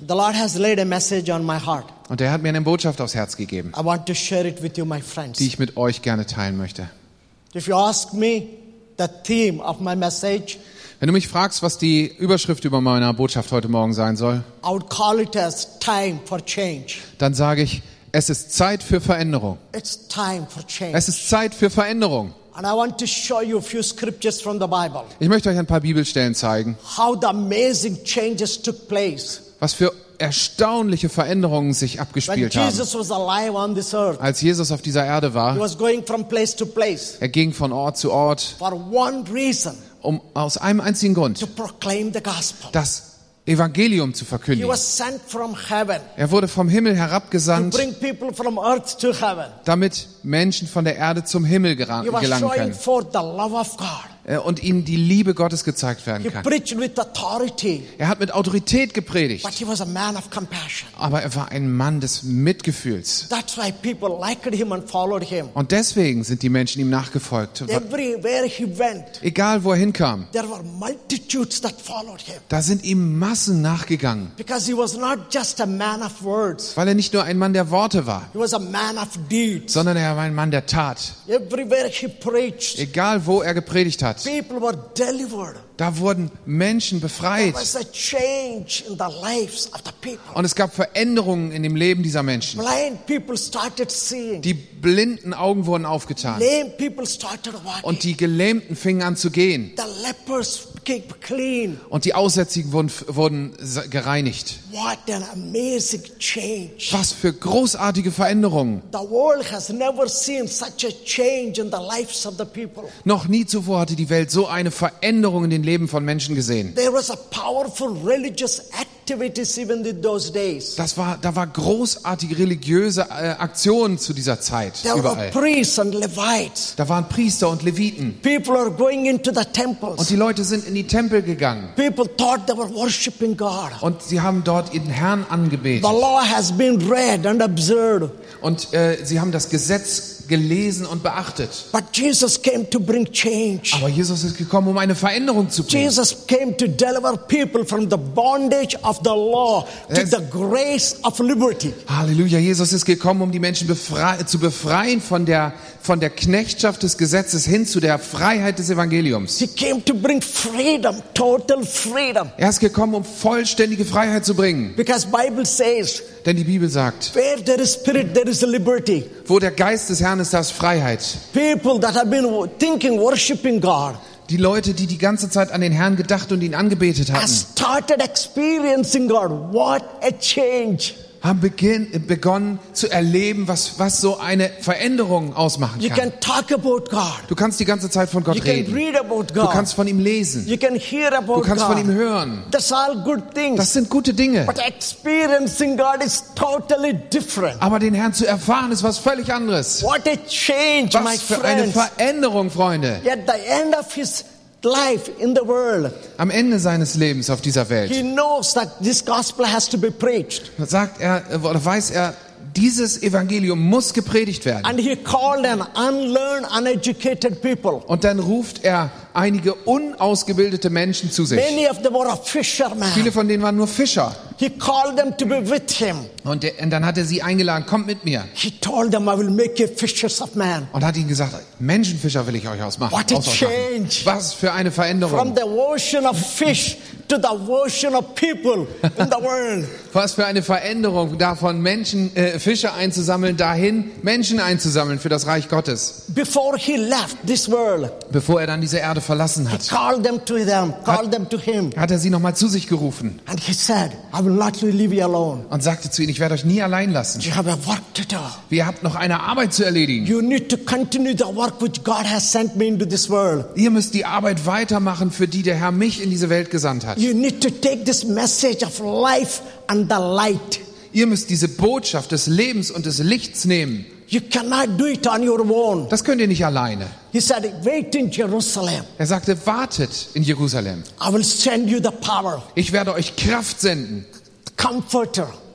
The Lord has laid a message on my heart. Und er hat mir eine Botschaft aufs Herz gegeben, I want to share it with you, my friends. die ich mit euch gerne teilen möchte. If you ask me the theme of my message, Wenn du mich fragst, was die Überschrift über meiner Botschaft heute Morgen sein soll, I would call it as time for change. dann sage ich, es ist Zeit für Veränderung. It's time for change. Es ist Zeit für Veränderung. And I want to show you a few scriptures from the Bible. Ich möchte euch ein paar Bibelstellen zeigen, How the amazing changes took place was für erstaunliche Veränderungen sich when abgespielt haben. Jesus was alive on this earth. Als Jesus auf dieser Erde He war, was going from place to place er ging von Ort zu Ort, for one reason, aus einem einzigen Grund, to proclaim the gospel. das Evangelium zu He verkündigen. was sent from heaven Er wurde vom Himmel to herabgesandt, bring people from earth to heaven. damit Menschen von der Erde zum Himmel He was gelangen showing können forth the love of God. und ihnen die Liebe Gottes gezeigt He werden kann. preached with authority, Er hat mit Autorität gepredigt, but he was a man of compassion. aber er war ein Mann des Mitgefühls. That's why people liked him and followed him. Und deswegen sind die Menschen ihm nachgefolgt. Everywhere he went, Egal wo er hinkam, there were multitudes that followed him. da sind ihm Massen nachgegangen, Because he was not just a man of words. weil er nicht nur ein Mann der Worte war, He was a man of deeds. sondern er war ein Mann der Tat. Everywhere he preached, Egal wo er gepredigt hat, people were delivered. da wurden Menschen There befreit. was a change in the lives of the people. Und es gab Veränderungen in dem Leben dieser Menschen. Blind people started seeing. Die blinden Augen wurden aufgetan. Lame people started walking. Und die Gelähmten fingen an zu gehen. The lepers became clean. Und die Aussätzigen wurden gereinigt. What an amazing change. Was für großartige Veränderungen. The world has never seen such a change in the lives of the people. Noch nie zuvor hatte die Welt so eine Veränderung in den Leben von Menschen gesehen. There was a powerful religious activities even in those days. Da war großartige religiöse Aktionen zu dieser Zeit There were überall. priests and Levites. Da waren Priester und Leviten. People are going into the Und temples. die Leute sind in die Tempel gegangen. People thought they were worshiping God. Und sie haben dort ihren Herrn angebetet. The law has been read and observed. Und sie haben das Gesetz gelesen und beachtet. But Jesus came to bring change. Aber Jesus ist gekommen, um eine Veränderung zu bringen. Jesus came to deliver people from the bondage of the law to Yes. the grace of liberty. Halleluja, Jesus ist gekommen, um die Menschen zu befreien von der Knechtschaft des Gesetzes hin zu der Freiheit des Evangeliums. He came to bring freedom, total freedom. Er ist gekommen, um vollständige Freiheit zu bringen. Because Bible says, Denn die Bibel sagt, where there is spirit, there is liberty. wo der Geist des Herrn ist, da ist Freiheit. People that have been thinking, worshiping God, Die Leute, die die ganze Zeit an den Herrn gedacht und ihn angebetet have hatten, started experiencing God. What a change. haben begonnen zu erleben, was so eine Veränderung ausmachen You kann. can talk about God. Du kannst die ganze Zeit von You Gott can reden. read about Du God. kannst von ihm lesen. You can hear Du about kannst von ihm God. hören. That's all good things. Das sind gute Dinge. But experiencing God is totally different. Aber den Herrn zu erfahren, ist was völlig anderes. What a change, my Was für eine friends. Veränderung, Freunde. At the end of his life in the world, Am Ende seines Lebens auf dieser he Welt knows that this gospel has to be preached. sagt er, oder weiß er, dieses Evangelium muss gepredigt werden. And he called an unlearned, uneducated people. Und dann ruft er einige unausgebildete Menschen zu sich. Many of them were fishermen. Viele von denen waren nur Fischer. He called them to be with him. Und dann hat er sie eingeladen, kommt mit mir. He told them, I will make you fishers of men. Und hat ihnen gesagt, Menschenfischer will ich euch ausmachen. What a aus euch machen. change. Was für eine From Veränderung. the ocean of fish to the ocean of people in the world. Was für eine Veränderung, davon Fische einzusammeln, dahin Menschen einzusammeln für das Reich Gottes. Before he left this world, Bevor er dann diese Erde verlassen he hat, called them to him. hat er sie nochmal zu sich gerufen And he said, I will not leave you alone. und sagte zu ihnen, ich werde euch nie allein lassen. You have a work to do. Ihr habt noch eine Arbeit zu erledigen. You need to continue the work which God has sent me into this world. Ihr müsst die Arbeit weitermachen, für die der Herr mich in diese Welt gesandt hat. You need to take this message of life and the light. Ihr müsst diese Botschaft des Lebens und des Lichts nehmen. You cannot do it on your own. Das könnt ihr nicht alleine. He said, wait in Jerusalem. Er sagte, wartet in Jerusalem. I will send you the power, Ich werde euch Kraft senden, comforter,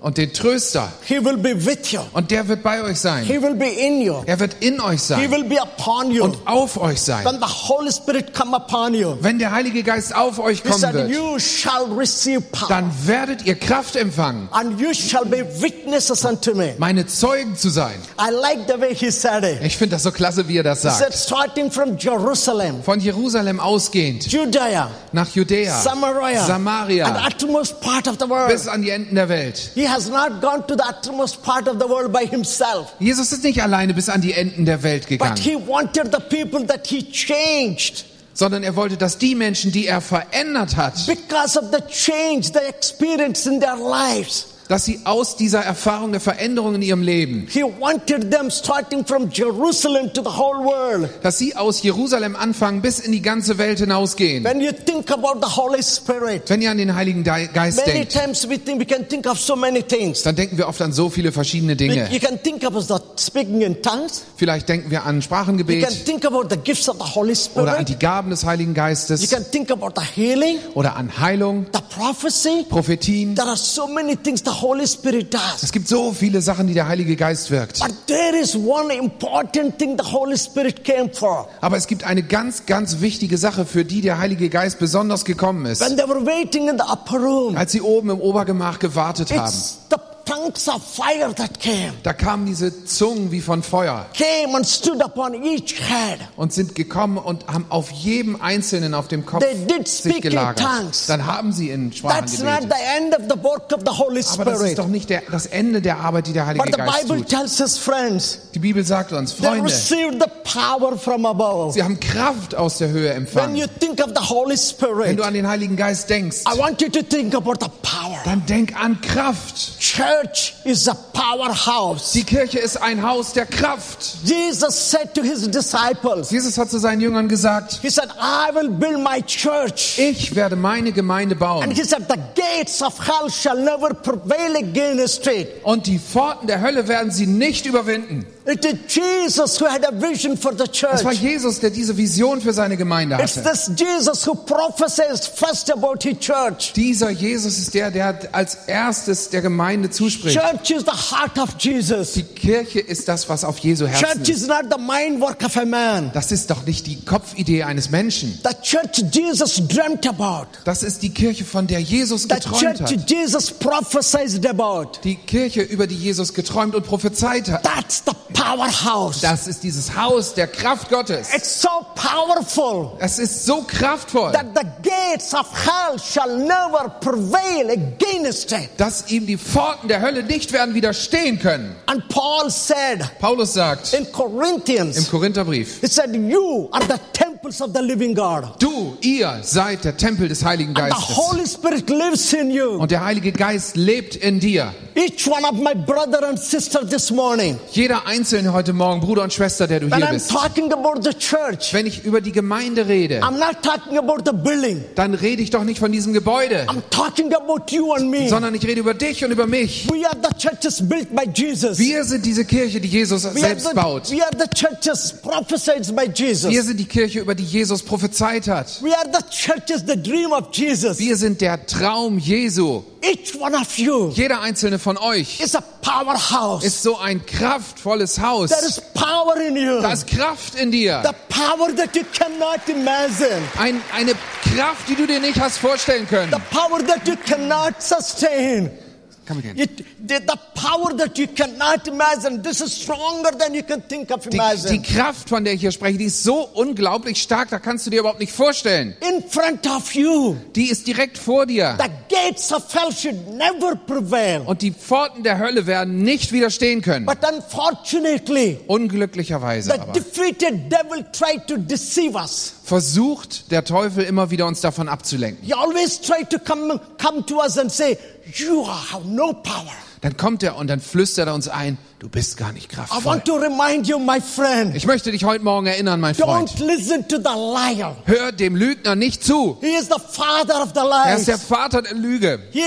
und den Tröster. He will be with you. Und der wird bei euch sein. He will be in you. Er wird in euch He sein will be upon you. und auf euch sein. When the Holy Spirit come upon you, Wenn der Heilige Geist auf euch he kommen said, wird, you shall receive power. dann werdet ihr Kraft empfangen, And you shall be witnesses unto me. meine Zeugen zu sein. I like the way he said it. Ich finde das so klasse, wie er das He said, sagt. starting from Jerusalem, Von Jerusalem ausgehend Judea, nach Judäa, Samaria, and the Samaria, uttermost part of the world. bis an die Enden der Welt. He has not gone to the uttermost part of the world by himself, Jesus ist nicht alleine bis an die Enden der Welt but gegangen, he wanted the people that he changed. sondern er wollte, dass die Menschen, die er verändert hat, Because of the change they experienced in their lives, dass sie aus dieser Erfahrung der Veränderung in ihrem Leben, he wanted them starting from Jerusalem to the whole world. dass sie aus Jerusalem anfangen, bis in die ganze Welt hinausgehen. When you think about the Holy Spirit, Wenn ihr an den Heiligen Geist many denkt, times we can think of so many things. dann denken wir oft an so viele verschiedene Dinge. You can think about the speaking in tongues. Vielleicht denken wir an You can Sprachengebet think about the gifts of the Holy oder an Spirit. die Gaben des Heiligen You Geistes can think about the healing, oder an Heilung, the prophecy. Prophetien. There are so many things the Holy Spirit does. Es gibt so viele Sachen, die der Heilige Geist wirkt. But there is one important thing the Holy Spirit came for. Aber es gibt eine ganz, ganz wichtige Sache, für die der Heilige Geist besonders gekommen ist. When they were waiting in the upper room, Als sie oben im Obergemach gewartet haben, it's the tongues of fire that came. da kamen diese Zungen wie von Feuer Came and stood upon each head. und sind gekommen und haben auf jedem Einzelnen auf dem Kopf They did sich speak in gelagert. tongues. Dann haben sie in Sprachen That's not gebetet. the end of the work of the Holy Aber das ist Spirit. doch nicht das Ende der Arbeit, die der Heilige But the Geist Bible tut. tells us, friends, Die Bibel sagt uns, they Freunde, received the power from above. sie haben Kraft aus der Höhe When empfangen. you think of the Holy Wenn Spirit, du an den Heiligen Geist denkst, I want you to think about the power. dann denk an Kraft. Church is a powerhouse. Die Kirche ist ein Haus der Kraft. Jesus said to his disciples, Jesus hat zu seinen Jüngern gesagt, he said, I will build my church. ich werde meine Gemeinde And bauen he said, the gates of hell shall never prevail against it. und die Pforten der Hölle werden sie nicht überwinden. It is Jesus who had a vision for the Es war church. Jesus, der diese Vision für seine Gemeinde It's hatte. this Jesus who prophesies first about his church. Dieser Jesus ist der als erstes der Gemeinde zuspricht. Church is the heart of Jesus. Die Kirche ist das, was auf Jesu Herzen Church is ist. not the mind work of a man. Das ist doch nicht die Kopfidee eines Menschen. The church Jesus dreamt about. Das ist die Kirche, von der Jesus The geträumt church hat. Jesus prophesied about. Die Kirche, über die Jesus geträumt und prophezeit hat. That's the powerhouse. Das ist dieses Haus der Kraft Gottes. It's so powerful Es ist so kraftvoll, that the gates of hell shall never prevail against it. dass ihm die Pforten der Hölle nicht werden widerstehen können. And Paul said Paulus sagt in im Corinthians, Korintherbrief, he said, you are the temples of the living God. ihr seid der Tempel des Heiligen And the Geistes. Holy Spirit lives in you. Und der Heilige Geist lebt in dir. Each one of my brother and sister this morning, Jeder Einzelne heute Morgen, Bruder und Schwester, der du when hier I'm bist. talking about the church, Wenn ich über die Gemeinde rede, I'm not talking about the building. dann rede ich doch nicht von diesem Gebäude, I'm talking about you and me. sondern ich rede über dich und über mich. We are the churches built by Jesus. Wir sind diese Kirche, die Jesus We are selbst baut. we are the churches prophesied by Jesus. Wir sind die Kirche, über die Jesus prophezeit hat. We are the churches, the dream of Jesus. Wir sind der Traum Jesu. Each one of you Jeder einzelne von euch is a powerhouse. ist so ein kraftvolles Haus. There is power in you. Da ist Kraft in dir. The power that you cannot imagine. Eine Kraft, die du dir nicht hast vorstellen können. The power that you cannot sustain. Come again. The power that you cannot imagine. This is stronger than you can think of Die imagine. Kraft, von der ich hier spreche, die ist so unglaublich stark, da kannst du dir überhaupt nicht vorstellen. In front of you. Die ist direkt vor dir. The gates of hell should never prevail. Und die Pforten der Hölle werden nicht widerstehen können. But unfortunately, Unglücklicherweise the aber defeated devil tried to deceive us. versucht der Teufel immer wieder uns davon abzulenken. He always tried to come to us and say, you have no power. Dann kommt er und dann flüstert er uns ein, du bist gar nicht I kraftvoll. want to remind you, my friend, Ich möchte dich heute Morgen erinnern, mein Freund. don't listen to the liar. Hör dem Lügner nicht zu. He is the father of the Er ist der lies. Vater der Lüge. He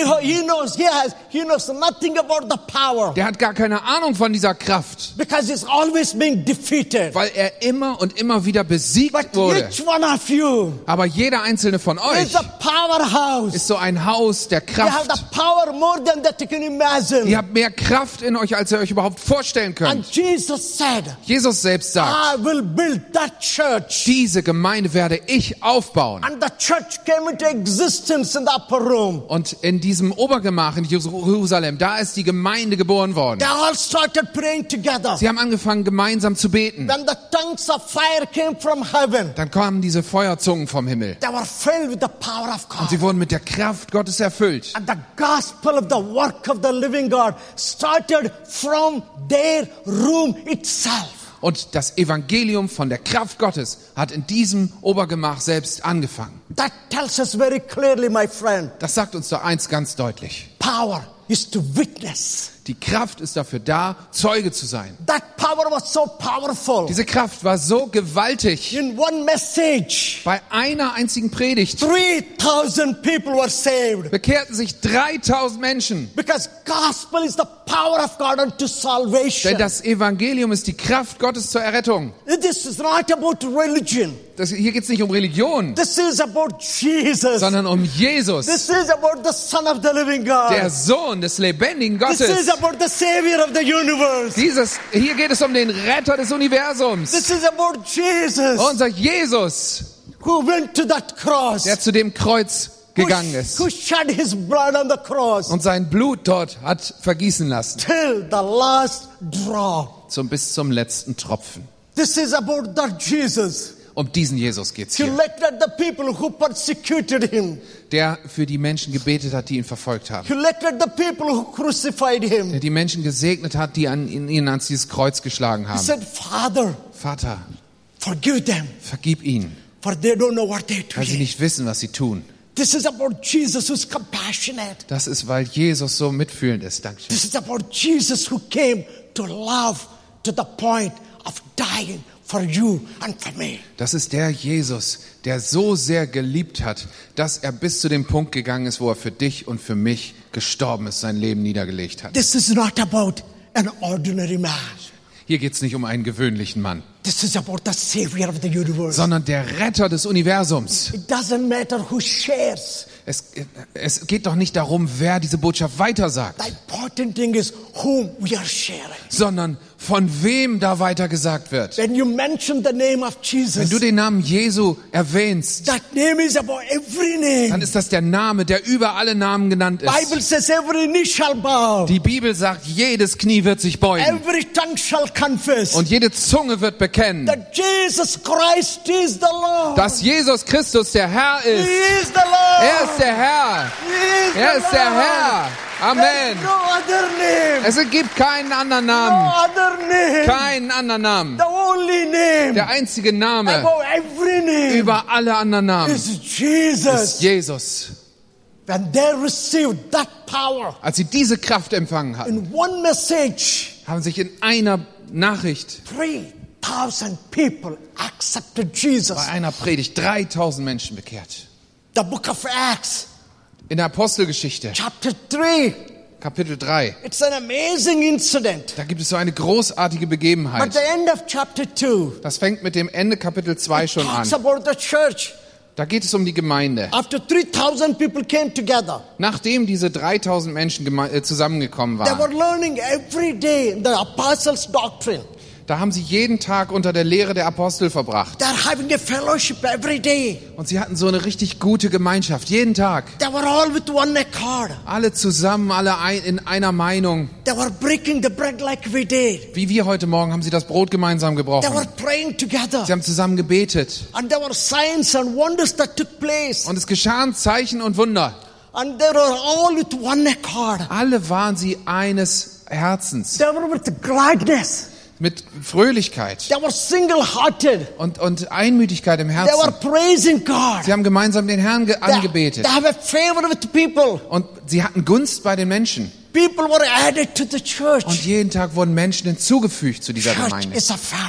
knows nothing about the power Der hat gar keine Ahnung von dieser Kraft, because he's always being defeated. weil er immer und immer wieder besiegt But wurde. each one of you Aber jeder einzelne von euch is a powerhouse. ist so ein Haus der You have Kraft. the power more than that you can imagine. imagine. Ihr habt mehr Kraft in euch, als ihr euch überhaupt vorstellen And könnt. Jesus said, Jesus selbst sagt, I will build that church. diese Gemeinde werde ich aufbauen. And the church came into existence in the upper room. Und in diesem Obergemach in Jerusalem, da ist die Gemeinde geboren worden. They all started praying together. Sie haben angefangen, gemeinsam zu beten. Then the tongues of fire came from heaven. Dann kamen diese Feuerzungen vom Himmel. They were filled with the power of Und sie God. wurden mit der Kraft Gottes erfüllt. And the gospel of the work of the living God started from their room itself. Und das Evangelium von der Kraft Gottes hat in diesem Obergemach selbst angefangen. That tells us very clearly, my friend, Das sagt uns doch eins ganz deutlich. power is to witness. Die Kraft ist dafür da, Zeuge zu sein. That power was so powerful. Diese Kraft war so gewaltig. In one message, Bei einer einzigen Predigt 3,000 people were saved. bekehrten sich 3000 Menschen. Because gospel is the power of God unto salvation. Denn das Evangelium ist die Kraft Gottes zur Errettung. This is not about religion. Hier geht es nicht um Religion, This is about Jesus. sondern um Jesus, This is about the Son of the living God. der Sohn des lebendigen This is Gottes. about the Savior of the universe. Hier geht es um den Retter des Universums. This is about Jesus Unser Jesus, who went to that cross. der zu dem Kreuz gegangen ist Who shed his blood on the cross und sein Blut dort hat vergießen lassen, till the last drop. bis zum letzten Tropfen. This is about that Jesus. Um diesen Jesus geht's He hier, looked at the people who persecuted him. der für die Menschen gebetet hat, die ihn verfolgt haben. He looked at the people who crucified him. Der die Menschen gesegnet hat, die ihn ans dieses Kreuz geschlagen He haben. said, Father, Vater, forgive them, vergib ihnen, for they don't know what they're weil sie doing. nicht wissen, was sie tun. This is about Jesus who's compassionate. Das ist, weil Jesus so mitfühlend ist. Dankeschön. This is about Jesus who came to love to the point of dying for you and for me. Das ist der Jesus, der so sehr geliebt hat, dass er bis zu dem Punkt gegangen ist, wo er für dich und für mich gestorben ist, sein Leben niedergelegt hat. This is not about an ordinary man. Hier geht es nicht um einen gewöhnlichen Mann, This is about the Savior of the universe. sondern der Retter des Universums. It doesn't matter who shares. Es geht doch nicht darum, wer diese Botschaft weitersagt, The important thing is whom we are sharing. sondern von wem da weitergesagt wird. When you mention the name of Wenn Jesus, du den Namen Jesu erwähnst, that name is about every name. dann ist das der Name, der über alle Namen genannt Bible ist. says every knee shall bow. Die Bibel sagt, jedes Knie wird sich beugen Every tongue shall confess und jede Zunge wird bekennen, that Jesus Christ is the Lord. dass Jesus Christus der Herr He ist. is the Lord. Er ist der Herr. He is Er the ist der Lord. Herr. There's Amen. no other name. Es gibt keinen anderen No Namen. other name. Keinen anderen Namen. The only name Der einzige Name above every name über alle anderen Namen is ist Jesus. Jesus. When they received that power Als sie diese Kraft empfangen hatten, in one message, haben sich in einer Nachricht, 3,000 people accepted Jesus. bei einer Predigt 3000 Menschen bekehrt. The book of Acts, In der Apostelgeschichte, chapter 3, Kapitel 3, it's an amazing incident. da gibt es so eine großartige But Begebenheit. the end of chapter 2 Das fängt mit dem Ende Kapitel 2 schon talks an. about the church. Da geht es um die Gemeinde. After 3,000 people came together, Nachdem diese 3000 Menschen zusammengekommen they were waren, learning every day the apostles' doctrine. da haben sie jeden Tag unter der Lehre der Apostel verbracht. They're having a fellowship every day. Und sie hatten so eine richtig gute Gemeinschaft, jeden Tag. They were all with one accord. Alle zusammen, alle in einer Meinung. They were breaking the bread like we did. Wie wir heute Morgen haben sie das Brot gemeinsam They gebrochen. were praying together. Sie haben zusammen gebetet. And there were signs and wonders that took place. Und es geschahen Zeichen und Wunder. And they were all with one accord. Alle waren sie eines Herzens. They were with gladness. Mit Fröhlichkeit They were single-hearted. und Einmütigkeit im They were Herzen. praising God. Sie haben gemeinsam den Herrn angebetet. They have a favor with people. Und sie hatten Gunst bei den Menschen. People were added to the church. Und jeden Tag wurden Menschen hinzugefügt zu dieser Church Gemeinde. is a family.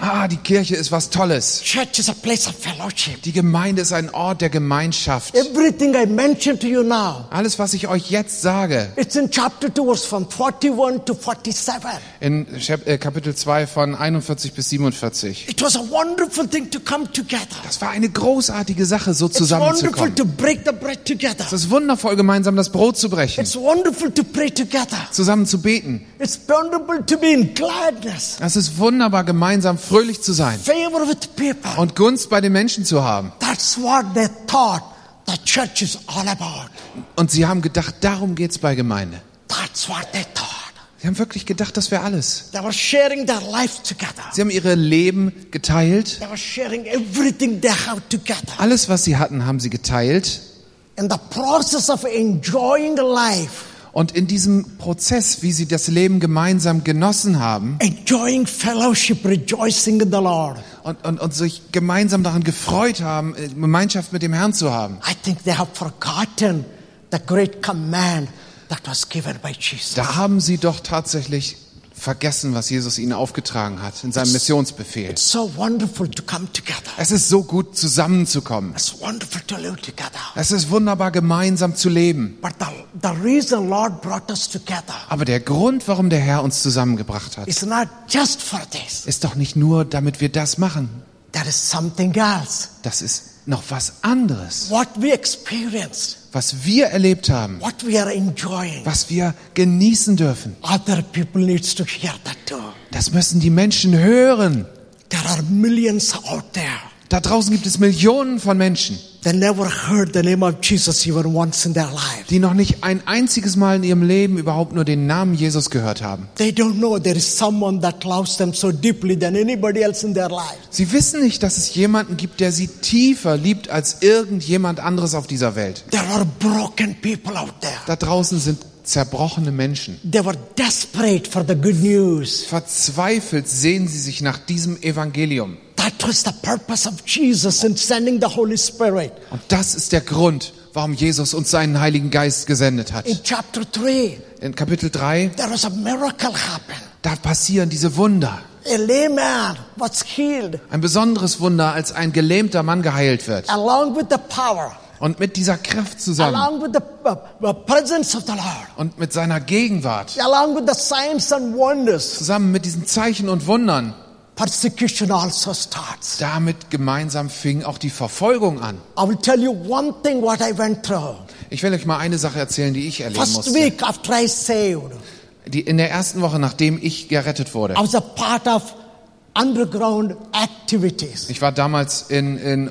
die Kirche ist was Tolles. Church is a place of fellowship. Die Gemeinde ist ein Ort der Gemeinschaft. Everything I mentioned to you now, Alles, was ich euch jetzt sage, it's in chapter 2, verse from 41 to 47. in Kapitel 2 von 41 bis 47. It was a wonderful thing to come together. Das war eine großartige Sache, so It's wonderful zusammenzukommen. to break the bread together. Es ist wundervoll, gemeinsam das Brot zu brechen, It's wonderful to pray together. zusammen zu beten. It's wonderful to be in gladness, Es ist wunderbar, gemeinsam fröhlich zu sein favor with people. und Gunst bei den Menschen zu haben. That's what they thought the church is all about. Und sie haben gedacht, darum geht's bei Gemeinde. That's what they thought. Sie haben wirklich gedacht, das wäre alles. They were sharing their life together. Sie haben ihre Leben geteilt. They were sharing everything they have together. Alles, was sie hatten, haben sie geteilt. In the process of enjoying life, Und in diesem Prozess, wie sie das Leben gemeinsam genossen haben enjoying fellowship, rejoicing in the Lord, und sich gemeinsam daran gefreut haben, Gemeinschaft mit dem Herrn zu haben, I think they have forgotten the great command that was given by Jesus. da haben sie doch tatsächlich vergessen, was Jesus ihnen aufgetragen hat in seinem Missionsbefehl. It's so wonderful to come together. Es ist so gut, zusammenzukommen. It's wonderful to live together. Es ist wunderbar, gemeinsam zu leben. But the reason Lord brought us together Aber der Grund, warum der Herr uns zusammengebracht hat, is not just for this. ist doch nicht nur, damit wir das machen. There is something else. Das ist noch was anderes. What we experienced, Was wir erlebt haben, what we are enjoying, was wir genießen dürfen, other people needs to hear that too. das müssen die Menschen hören. There are millions out there. Da draußen gibt es Millionen von Menschen, They never heard the name of Jesus even once in their life. die noch nicht ein einziges Mal in ihrem Leben überhaupt nur den Namen Jesus gehört haben. They don't know there is someone that loves them so deeply than anybody else in their life. Sie wissen nicht, dass es jemanden gibt, der sie tiefer liebt als irgendjemand anderes auf dieser Welt. There are broken people out there. Da draußen sind zerbrochene Menschen. They were desperate for the good news. Verzweifelt sehen sie sich nach diesem Evangelium. That was the purpose of Jesus in sending the Holy Spirit. Und das ist der Grund, warum Jesus uns seinen Heiligen Geist gesendet hat. In chapter 3, In Kapitel 3, there was a miracle happen. da passieren diese Wunder. A lame man was healed Ein besonderes Wunder, als ein gelähmter Mann geheilt wird. along with the power, Und mit dieser Kraft zusammen along with the presence of the Lord, und mit seiner Gegenwart, along with the signs and wonders. zusammen mit diesen Zeichen und Wundern, Persecution also starts. damit gemeinsam fing auch die Verfolgung an. I will tell you one thing what I went through. Ich will euch mal eine Sache erzählen, die ich erleben First musste. week after I saved, In der ersten Woche, nachdem ich gerettet wurde. I was a part of underground activities. Ich war damals in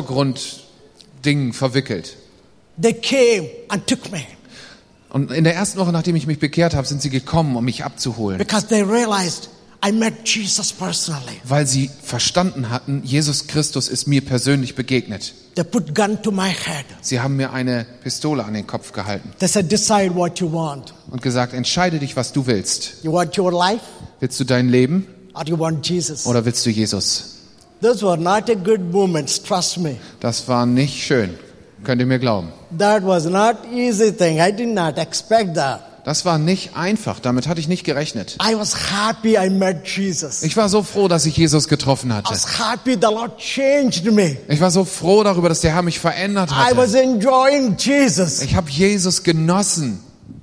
Untergrunddingen verwickelt. They came and took me Und in der ersten Woche, nachdem ich mich bekehrt habe, sind sie gekommen, um mich abzuholen. because they realized I met Jesus personally. Weil sie verstanden hatten, Jesus Christus ist mir persönlich begegnet. They put gun to my head. Sie haben mir eine Pistole an den Kopf gehalten They said, decide what you want. und gesagt, entscheide dich, was du willst. You want your life Willst du dein Leben or you want Jesus? oder willst du Jesus? Those were not a good moments, trust me. Das war nicht schön. Könnt ihr mir glauben. That was not easy thing. I did not expect that. Das war nicht einfach. Damit hatte ich nicht gerechnet. I was happy I met Jesus. Ich war so froh, dass ich Jesus getroffen I hatte. was happy the Lord changed me. Ich war so froh darüber, dass der Herr mich verändert I was hatte. enjoying Jesus. Ich habe Jesus genossen.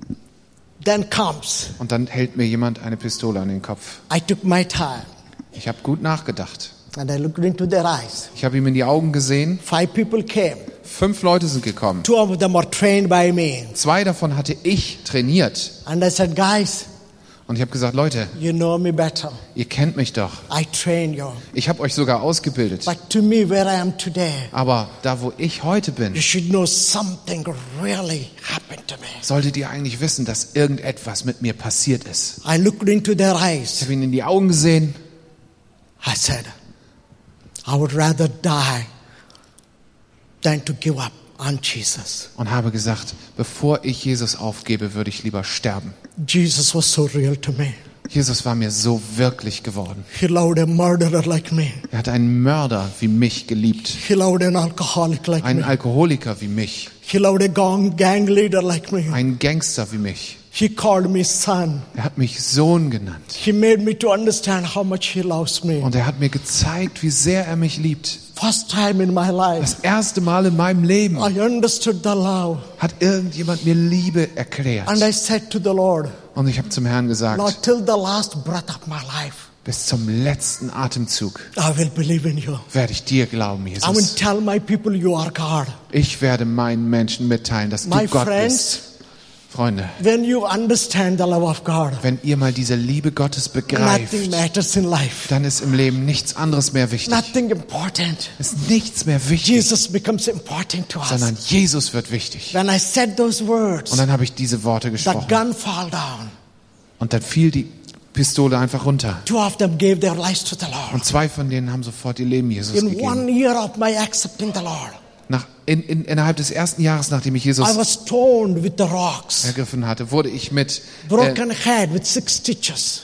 Then comes, Und dann hält mir jemand eine Pistole an den Kopf. I took my time Ich habe gut nachgedacht. and I looked into their eyes. Ich habe ihm in die Augen gesehen. 5 people came. 5 Leute sind gekommen. 2 of them were trained by me. 2 davon hatte ich trainiert. And I said, guys, Und ich habe gesagt, Leute, you know me better. ihr kennt mich doch. I train you. Ich habe euch sogar ausgebildet. But to me, where I am today, Aber da, wo ich heute bin, you should know something really happened to me. solltet ihr eigentlich wissen, dass irgendetwas mit mir passiert ist. I looked into their Ich eyes. habe ihn in die Augen gesehen. I said, I would rather die than to give up on Jesus. Und habe gesagt, bevor ich Jesus aufgebe, würde ich lieber sterben. Jesus was so real to me. Jesus war mir so wirklich geworden. He loved a murderer like me. Er hat einen Mörder wie mich geliebt. He loved an alcoholic like Einen me. Alkoholiker wie mich. He loved a gang leader like me. Einen Gangster wie mich. He called me son. Er hat mich Sohn genannt. He made me to understand how much he loves me. Und er hat mir gezeigt, wie sehr er mich liebt. First time in my life, Das erste Mal in meinem Leben I understood the love. hat irgendjemand mir Liebe erklärt. And I said to the Lord, Und ich habe zum Herrn gesagt, Lord, till the last breath of my life, bis zum letzten Atemzug I will believe in you. werde ich dir glauben, I will Jesus. tell my people you are God. Ich werde meinen Menschen mitteilen, dass du My Gott friends, bist. Freunde, when you understand the love of God, wenn ihr mal diese Liebe Gottes begreift, nothing matters in life. dann ist im Leben nichts anderes mehr wichtig. Nothing important. Ist nichts mehr wichtig, Jesus becomes important to us. sondern Jesus wird wichtig. When I said those words, Und dann habe ich diese Worte the gesprochen. gun fell down. Und dann fiel die Pistole einfach runter. Two of them gave their lives to the Lord. Und 2 von denen haben sofort ihr Leben Jesus In gegeben. 1 year of my accepting the Lord, Innerhalb des ersten Jahres, nachdem ich Jesus I was stoned with the rocks. ergriffen hatte, wurde ich mit Broken head with 6 stitches.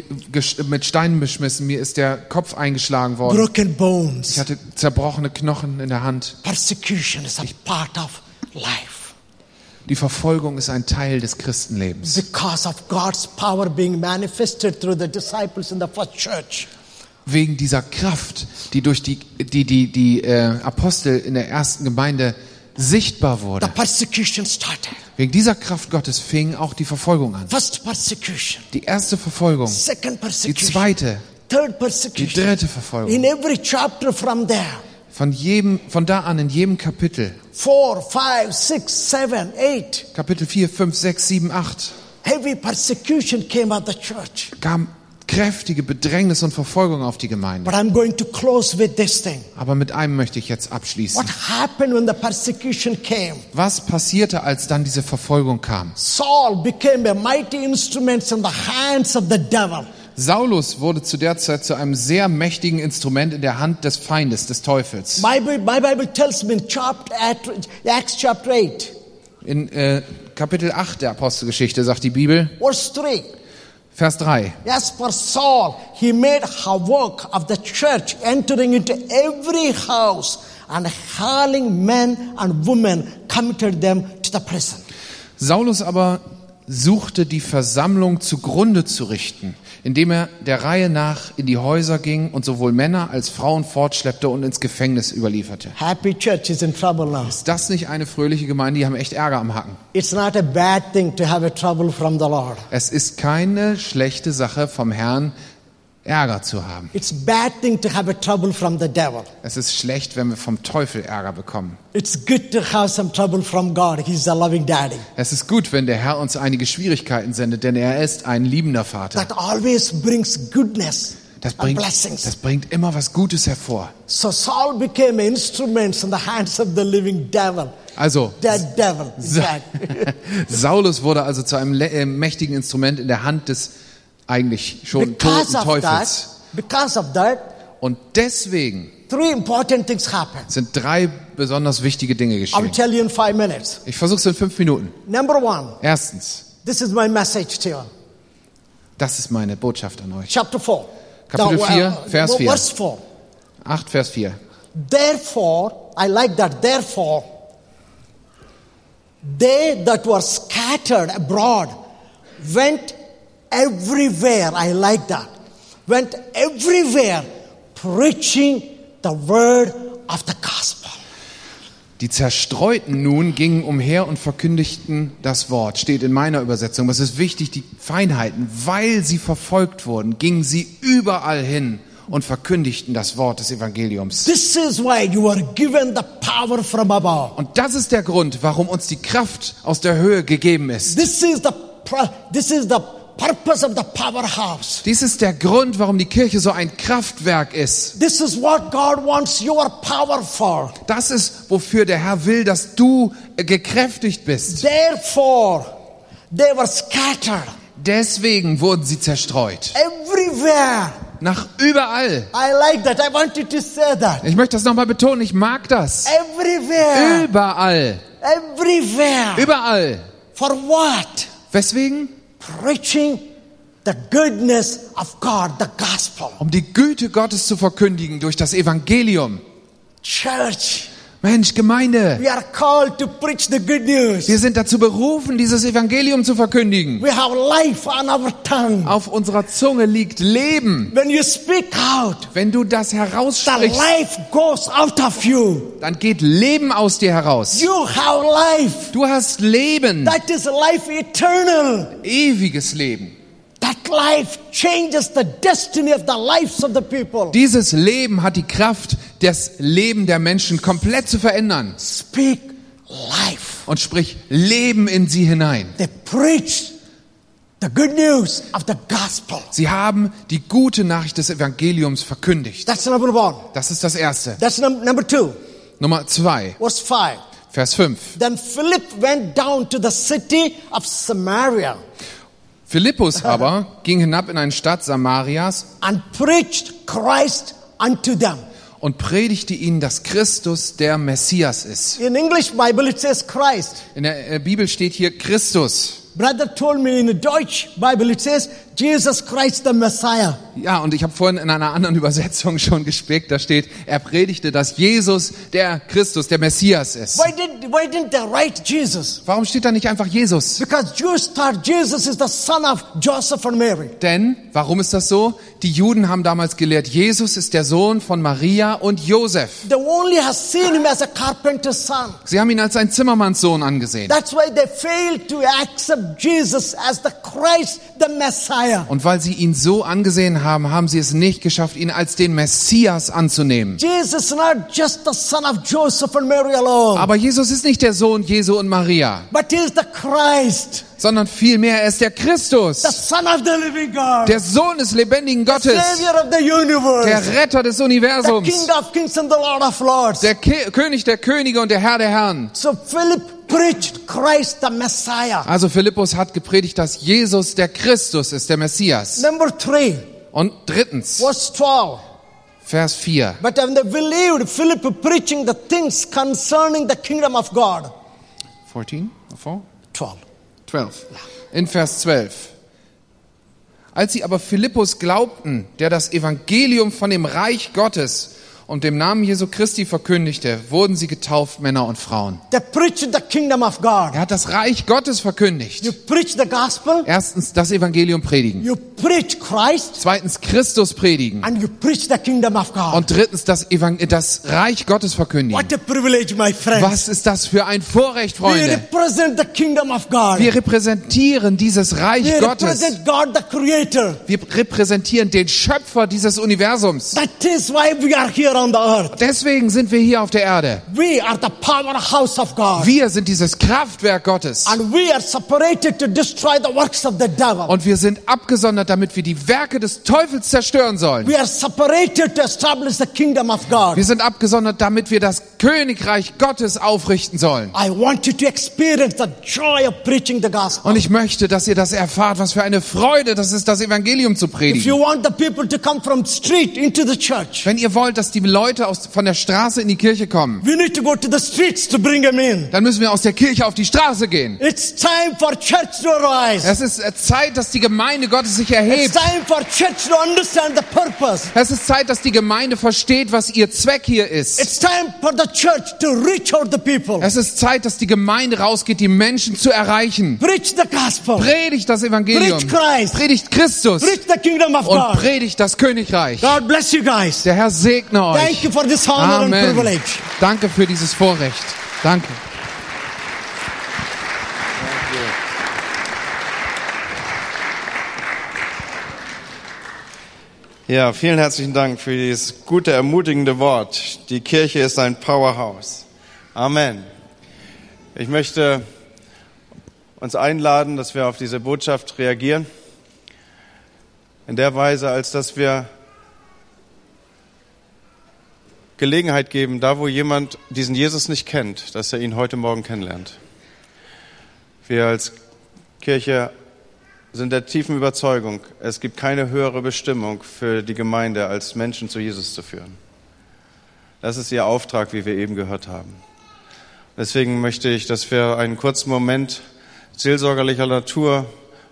mit Steinen beschmissen. Mir ist der Kopf eingeschlagen worden. Broken Ich bones. hatte zerbrochene Knochen in der Hand. Persecution is a part of life. Die Verfolgung ist ein Teil des Christenlebens. Because of God's power being manifested through the disciples in the first church. Wegen dieser Kraft, die durch die Apostel in der ersten Gemeinde sichtbar The wurde. persecution started. Wegen dieser Kraft Gottes fing auch die Verfolgung an. First persecution. Die erste Verfolgung, Second die persecution. zweite, Third die persecution. dritte Verfolgung. In every chapter from there. Von da an in jedem Kapitel, 4, 5, 6, 7, 8. Kapitel 4, 5, 6, 7, 8, Heavy persecution came at the church. kam kräftige Bedrängnis und Verfolgung auf die Gemeinde. But I'm going to close with this thing. Aber mit einem möchte ich jetzt abschließen. What happened when the persecution came? Was passierte, als dann diese Verfolgung kam? Saul became a mighty instrument in the hands of the devil. Saulus wurde zu der Zeit zu einem sehr mächtigen Instrument in der Hand des Feindes, des Teufels. My Bible tells me in Acts chapter 8, In Kapitel 8 der Apostelgeschichte sagt die Bibel, verse 3. Vers 3. As for Saul, he made havoc of the church, entering into every house and hailing men and women, committed them to the prison. Saulus aber suchte die Versammlung zugrunde zu richten, indem er der Reihe nach in die Häuser ging und sowohl Männer als Frauen fortschleppte und ins Gefängnis überlieferte. Happy church is in trouble now. Ist das nicht eine fröhliche Gemeinde? Die haben echt Ärger am Hacken. It's not a bad thing to have a trouble from the Lord. Es ist keine schlechte Sache, vom Herrn Ärger zu haben. It's bad thing to have a trouble from the devil. Es ist schlecht, wenn wir vom Teufel Ärger bekommen. It's good to have some trouble from God. He's a loving daddy. Es ist gut, wenn der Herr uns einige Schwierigkeiten sendet, denn er ist ein liebender Vater. That always brings goodness Das and bringt blessings. immer was Gutes hervor. So Saul became instruments in the hands of the living devil. Also, Dead devil. Saulus wurde also zu einem mächtigen Instrument in der Hand des eigentlich schon toten Teufels. Because of that, Und deswegen 3 important things happen. sind 3 besonders wichtige Dinge I will geschehen. tell you in 5 minutes. Ich versuche es in 5 Minuten. Number 1, Erstens, this is my message to you. das ist meine Botschaft an euch. Chapter 4. Kapitel 4, Vers 4. Verse 4. 8, Vers 4. Therefore, I like that. Therefore, they that were scattered abroad went everywhere. I like that. Went everywhere preaching the word of the gospel. Die Zerstreuten nun gingen umher und verkündigten das Wort. Steht in meiner Übersetzung. Was ist wichtig? Die Feinheiten, weil sie verfolgt wurden, gingen sie überall hin und verkündigten das Wort des Evangeliums. This is why you are given the power from above. Und das ist der Grund, warum uns die Kraft aus der Höhe gegeben ist. This is the purpose of the powerhouse. Dies ist der Grund, warum die Kirche so ein Kraftwerk ist. This is what God wants your power for. Das ist, wofür der Herr will, dass du gekräftigt bist. Therefore, they were scattered. Deswegen wurden sie zerstreut. Everywhere. Nach überall. I like that. I wanted to say that. Ich möchte das nochmal betonen, ich mag das. Everywhere. Überall. Everywhere. Überall. For what? Weswegen? Preaching the goodness of God, the gospel. Um die Güte Gottes zu verkündigen durch das Evangelium. Church, Mensch, Gemeinde, We are called to preach the good news. wir sind dazu berufen, dieses Evangelium zu verkündigen. We have life on our tongue. Auf unserer Zunge liegt Leben. When you speak out, Wenn du das the heraussprichst, life goes out of you. dann geht Leben aus dir heraus. You have life. Du hast Leben, That is life eternal. ewiges Leben. That life changes the destiny of the lives of the people. Dieses Leben hat die Kraft, das Leben der Menschen komplett zu verändern. Speak life. Und sprich Leben in sie hinein. They preach the good news of the gospel. Sie haben die gute Nachricht des Evangeliums verkündigt. That's number one. Das ist das Erste. That's number two. Nummer 2, Verse 5. Vers 5. Then Philip went down to the city of Samaria Philippus aber ging hinab in eine Stadt Samarias and preached Christ unto them. und predigte ihnen, dass Christus der Messias ist. In English Bible it says Christ. In der Bibel steht hier Christus. Brother told me in the Deutsch Bible it says Jesus Christ the Messiah. Ja, und ich habe vorhin in einer anderen Übersetzung schon gespickt, da steht, er predigte, dass Jesus der Christus, der Messias ist. Why didn't they write Jesus? Warum steht da nicht einfach Jesus? Because Jews thought Jesus is the son of Joseph and Mary. Denn, warum ist das so? Die Juden haben damals gelehrt, Jesus ist der Sohn von Maria und Josef. They only have seen him as a carpenter's son. Sie haben ihn als einen Zimmermannssohn angesehen. That's why they failed to accept Jesus as the Christ, the Messiah. Und weil sie ihn so angesehen haben, haben sie es nicht geschafft, ihn als den Messias anzunehmen. Jesus is not just the son of Joseph and Mary alone, Aber Jesus ist nicht der Sohn Jesu und Maria, but he is the Christ, sondern vielmehr er ist der Christus, the son of the living God, der Sohn des lebendigen Gottes, Savior of the universe, der Retter des the Universums, King of kings and the Lord of lords. der König der Könige und der Herr der Herren. So Philip preached Christ the Messiah. Also Philippus hat gepredigt, dass Jesus der Christus ist, der Messias. Number 3, Und drittens, verse 12. Vers 4. But when they believed Philip preaching the things concerning the kingdom of God. 14? 12. 12. In Vers 12. Als sie aber Philippus glaubten, der das Evangelium von dem Reich Gottes und dem Namen Jesu Christi verkündigte, wurden sie getauft, Männer und Frauen. They preached the kingdom of God. Er hat das Reich Gottes verkündigt. You preach the gospel, Erstens das Evangelium predigen. you preach Christ, Zweitens Christus predigen. and you preach the kingdom of God. Und drittens das Reich Gottes verkündigen. What a privilege, my friends. Was ist das für ein Vorrecht, We Freunde? represent the kingdom of God. Wir repräsentieren dieses Reich We Gottes. represent God, the creator. Wir repräsentieren den Schöpfer dieses Universums. That is why we are here on the earth. Deswegen sind wir hier auf der Erde. We are the powerhouse of God. Wir sind dieses Kraftwerk Gottes. And we are separated to destroy the works of the devil. Und wir sind abgesondert, damit wir die Werke des Teufels zerstören sollen. We are separated to establish the kingdom of God. Wir sind abgesondert, damit wir das Königreich Gottes aufrichten sollen. I want you to experience the joy of preaching the gospel. Und ich möchte, dass ihr das erfahrt, was für eine Freude das ist, das Evangelium zu If you predigen. want the people to come from street into the church, Wenn ihr wollt, dass die Leute von der Straße in die Kirche kommen, we need to go to the streets to bring them in. dann müssen wir aus der Kirche auf die Straße gehen. It's time for church to arise. Es ist Zeit, dass die Gemeinde Gottes sich It's erhebt. time for church to understand the purpose. Es ist Zeit, dass die Gemeinde versteht, was ihr Zweck hier ist. It's time for the church to reach out the people. Es ist Zeit, dass die Gemeinde rausgeht, die Menschen zu erreichen. Preach the gospel. Predigt das Evangelium. Preach Christ. Predigt Christus. Preach the kingdom of Und God. predigt das Königreich. God bless you guys. Der Herr segne euch. Thank you for this honor and Amen. privilege. Danke für dieses Vorrecht. Danke. Ja, vielen herzlichen Dank für dieses gute, ermutigende Wort. Die Kirche ist ein Powerhouse. Amen. Ich möchte uns einladen, dass wir auf diese Botschaft reagieren. In der Weise, als dass wir Gelegenheit geben, da wo jemand diesen Jesus nicht kennt, dass er ihn heute Morgen kennenlernt. Wir als Kirche sind der tiefen Überzeugung, es gibt keine höhere Bestimmung für die Gemeinde, als Menschen zu Jesus zu führen. Das ist ihr Auftrag, wie wir eben gehört haben. Deswegen möchte ich, dass wir einen kurzen Moment seelsorgerlicher Natur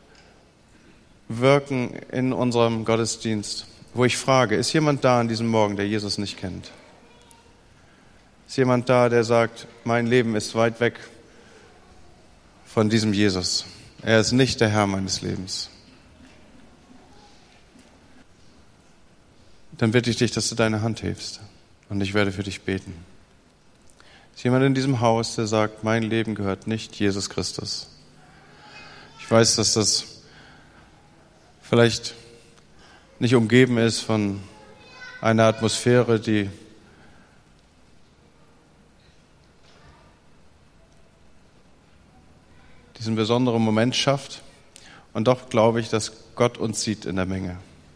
wirken in unserem Gottesdienst, wo ich frage, ist jemand da an diesem Morgen, der Jesus nicht kennt? Ist jemand da, der sagt, mein Leben ist weit weg von diesem Jesus. Er ist nicht der Herr meines Lebens. Dann bitte ich dich, dass du deine Hand hebst und ich werde für dich beten. Ist jemand in diesem Haus, der sagt, mein Leben gehört nicht Jesus Christus? Ich weiß, dass das vielleicht nicht umgeben ist von einer Atmosphäre, die diesen besonderen Moment schafft. Und doch glaube ich, dass Gott uns sieht in der Menge.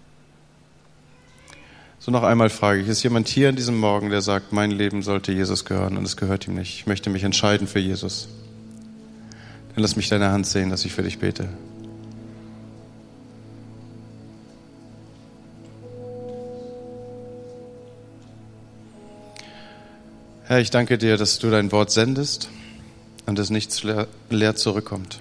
So noch einmal frage ich, ist jemand hier an diesem Morgen, der sagt, mein Leben sollte Jesus gehören und es gehört ihm nicht. Ich möchte mich entscheiden für Jesus. Dann lass mich deine Hand sehen, dass ich für dich bete. Herr, ich danke dir, dass du dein Wort sendest und es nichts leer zurückkommt.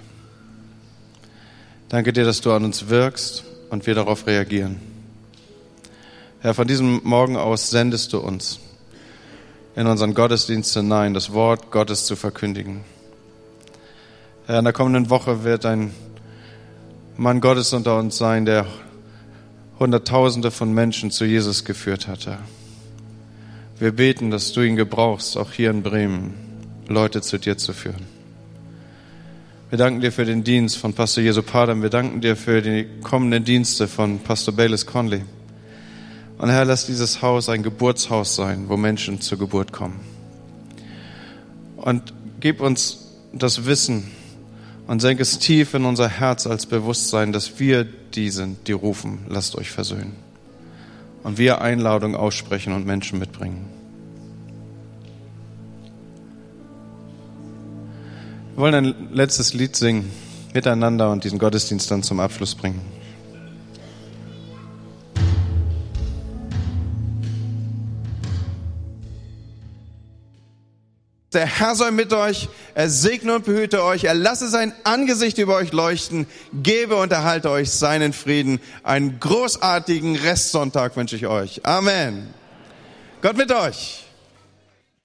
Danke dir, dass du an uns wirkst und wir darauf reagieren. Herr, von diesem Morgen aus sendest du uns in unseren Gottesdienst hinein, das Wort Gottes zu verkündigen. Herr, in der kommenden Woche wird ein Mann Gottes unter uns sein, der Hunderttausende von Menschen zu Jesus geführt hat, Herr. Wir beten, dass du ihn gebrauchst, auch hier in Bremen, Leute zu dir zu führen. Wir danken dir für den Dienst von Pastor Jesu Padam. Wir danken dir für die kommenden Dienste von Pastor Bayless Conley. Und Herr, lass dieses Haus ein Geburtshaus sein, wo Menschen zur Geburt kommen. Und gib uns das Wissen und senk es tief in unser Herz als Bewusstsein, dass wir die sind, die rufen, lasst euch versöhnen. Und wir Einladung aussprechen und Menschen mitbringen. Wir wollen ein letztes Lied singen miteinander und diesen Gottesdienst dann zum Abschluss bringen. Der Herr sei mit euch, er segne und behüte euch, er lasse sein Angesicht über euch leuchten, gebe und erhalte euch seinen Frieden. Einen großartigen Restsonntag wünsche ich euch. Amen. Gott mit euch.